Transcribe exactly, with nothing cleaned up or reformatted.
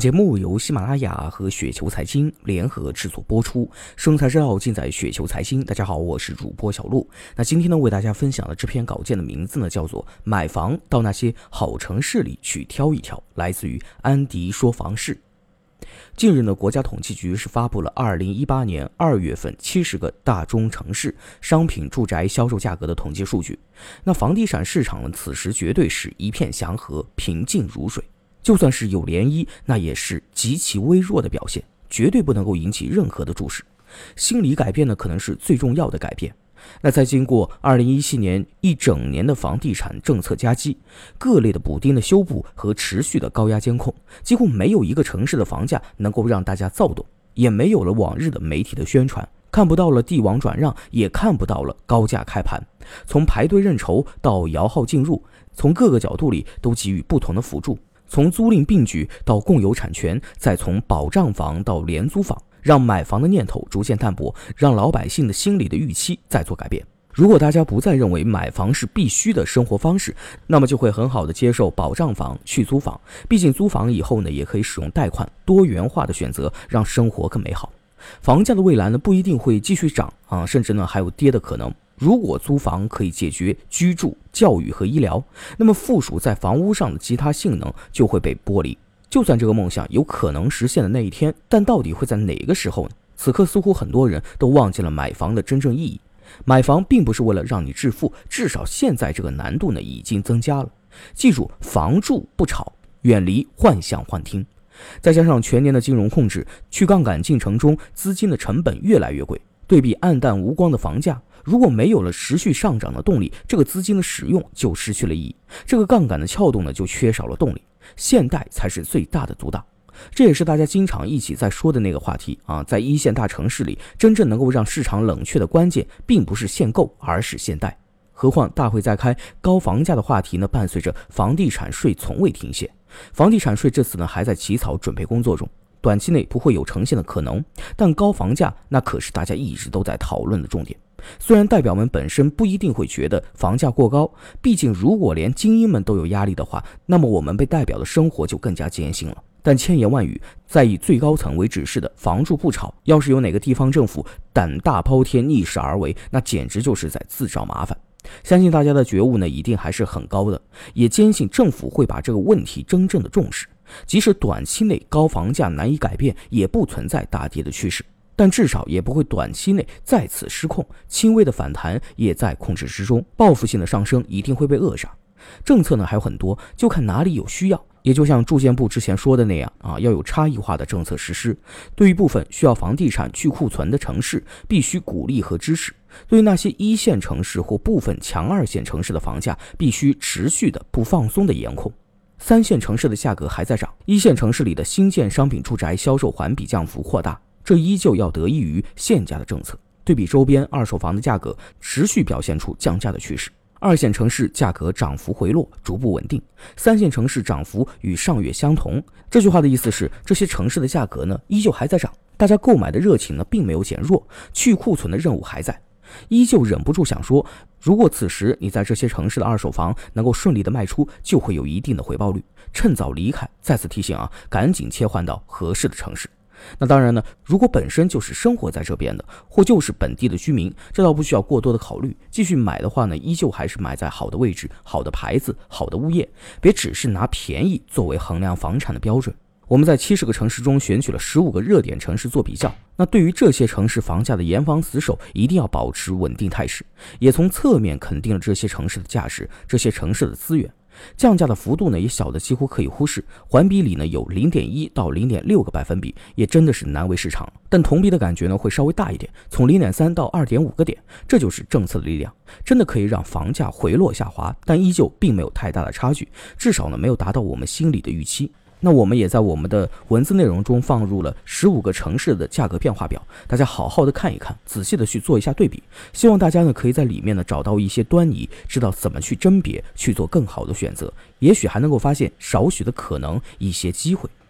节目由喜马拉雅和雪球财经联合制作播出，生财之道尽在雪球财经。大家好，我是主播小璐。那今天呢，为大家分享的这篇稿件的名字呢，叫做《买房到那些好城市里去挑一挑》，来自于安迪说房事。近日呢，国家统计局是发布了二零一八年二月份七十个大中城市商品住宅销售价格的统计数据。那房地产市场呢，此时绝对是一片祥和，平静如水。就算是有涟漪，那也是极其微弱的表现，绝对不能够引起任何的注视。心理改变呢，可能是最重要的改变。那在经过二零一七年一整年的房地产政策夹击，各类的补丁的修补和持续的高压监控，几乎没有一个城市的房价能够让大家躁动，也没有了往日的媒体的宣传，看不到了地王转让，也看不到了高价开盘。从排队认筹到摇号进入，从各个角度里都给予不同的辅助。从租赁并举到共有产权，再从保障房到廉租房，让买房的念头逐渐淡薄，让老百姓的心理的预期再做改变。如果大家不再认为买房是必须的生活方式，那么就会很好的接受保障房、去租房。毕竟租房以后呢，也可以使用贷款，多元化的选择，让生活更美好。房价的未来呢，不一定会继续涨啊，甚至呢还有跌的可能。如果租房可以解决居住、教育和医疗，那么附属在房屋上的其他性能就会被剥离。就算这个梦想有可能实现的那一天，但到底会在哪个时候呢？此刻似乎很多人都忘记了买房的真正意义。买房并不是为了让你致富，至少现在这个难度呢已经增加了。记住，房住不炒，远离幻想幻听。再加上全年的金融控制，去杠杆进程中资金的成本越来越贵，对比暗淡无光的房价，如果没有了持续上涨的动力，这个资金的使用就失去了意义，这个杠杆的撬动呢就缺少了动力。现贷才是最大的阻挡，这也是大家经常一起在说的那个话题啊。在一线大城市里，真正能够让市场冷却的关键，并不是限购，而是限贷。何况大会在开，高房价的话题呢，伴随着房地产税从未停歇。房地产税这次呢还在起草准备工作中，短期内不会有呈现的可能，但高房价那可是大家一直都在讨论的重点。虽然代表们本身不一定会觉得房价过高，毕竟如果连精英们都有压力的话，那么我们被代表的生活就更加艰辛了。但千言万语，在以最高层为指示的房住不炒，要是有哪个地方政府胆大包天逆势而为，那简直就是在自找麻烦。相信大家的觉悟呢一定还是很高的，也坚信政府会把这个问题真正的重视。即使短期内高房价难以改变，也不存在大跌的趋势，但至少也不会短期内再次失控，轻微的反弹也在控制之中，报复性的上升一定会被扼杀。政策呢还有很多，就看哪里有需要。也就像住建部之前说的那样啊，要有差异化的政策实施。对于部分需要房地产去库存的城市，必须鼓励和支持；对于那些一线城市或部分强二线城市的房价，必须持续的不放松的严控。三线城市的价格还在涨，一线城市里的新建商品住宅销售环比降幅扩大，这依旧要得益于现价的政策。对比周边二手房的价格，持续表现出降价的趋势。二线城市价格涨幅回落，逐步稳定；三线城市涨幅与上月相同。这句话的意思是，这些城市的价格呢，依旧还在涨，大家购买的热情呢，并没有减弱，去库存的任务还在。依旧忍不住想说，如果此时你在这些城市的二手房能够顺利的卖出，就会有一定的回报率，趁早离开。再次提醒啊，赶紧切换到合适的城市。那当然呢，如果本身就是生活在这边的，或就是本地的居民，这倒不需要过多的考虑。继续买的话呢，依旧还是买在好的位置、好的牌子、好的物业，别只是拿便宜作为衡量房产的标准。我们在七十个城市中选取了十五个热点城市做比较，那对于这些城市房价的严防死守，一定要保持稳定态势，也从侧面肯定了这些城市的价值，这些城市的资源。降价的幅度呢也小的几乎可以忽视，环比里呢有 零点一 到 零点六 个百分比，也真的是难为市场了。但同比的感觉呢会稍微大一点，从 零点三 到 二点五 个点，这就是政策的力量，真的可以让房价回落下滑，但依旧并没有太大的差距，至少呢没有达到我们心里的预期。那我们也在我们的文字内容中放入了十五个城市的价格变化表，大家好好的看一看，仔细的去做一下对比。希望大家呢可以在里面呢找到一些端倪，知道怎么去甄别，去做更好的选择，也许还能够发现少许的可能，一些机会。